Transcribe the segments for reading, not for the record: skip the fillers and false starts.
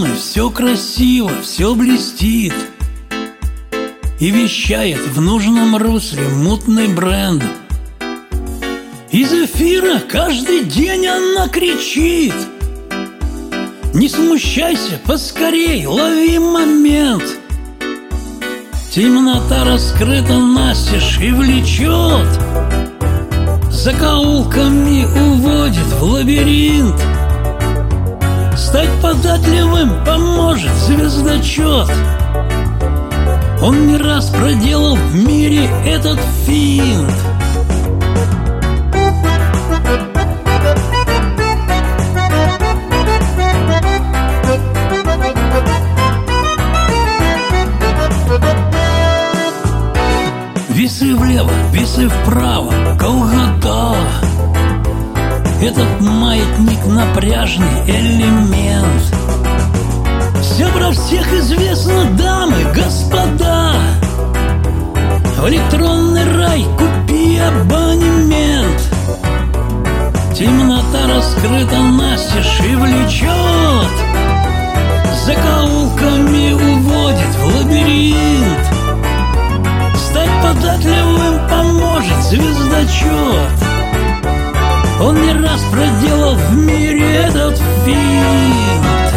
дамы, все красиво, все блестит и вещает в нужном русле мутный бренд. Из эфира каждый день она кричит: не смущайся, поскорей, лови момент. Темнота раскрыта настежь и влечет, закоулками уводит в лабиринт. Стать податливым поможет звездочет. Он не раз проделал в мире этот финт. Весы влево, весы вправо, колгота. Этот маятник напряжный элемент. Все про всех известно, дамы, господа. В электронный рай купи абонемент. Темнота раскрыта настежь и влечет, закоулками уводит в лабиринт. Стать податливым поможет звездочет. Он не раз проделал в мире этот финт.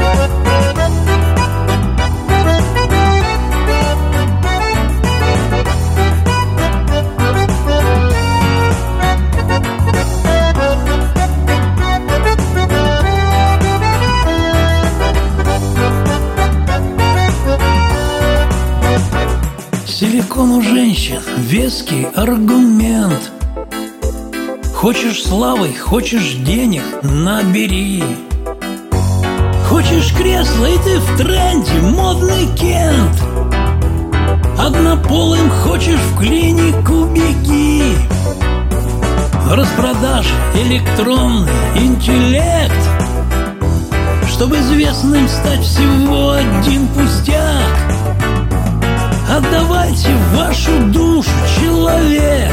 Силикон у женщин — веский аргумент. Хочешь славы, хочешь денег — набери. Хочешь кресла, и ты в тренде, модный Кент. Однополым хочешь в клинику — беги. В распродаже электронный интеллект. Чтобы известным стать, всего один пустяк. Отдавайте вашу душу, человек.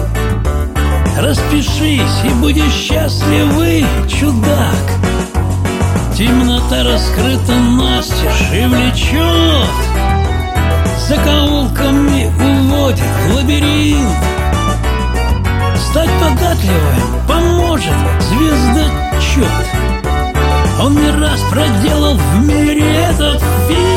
Распишись и будешь счастливый, чудак. Темнота раскрыта настежь и влечет, закоулками уводит в лабиринт. Стать податливым поможет звездочет. Он не раз проделал в мире этот финт.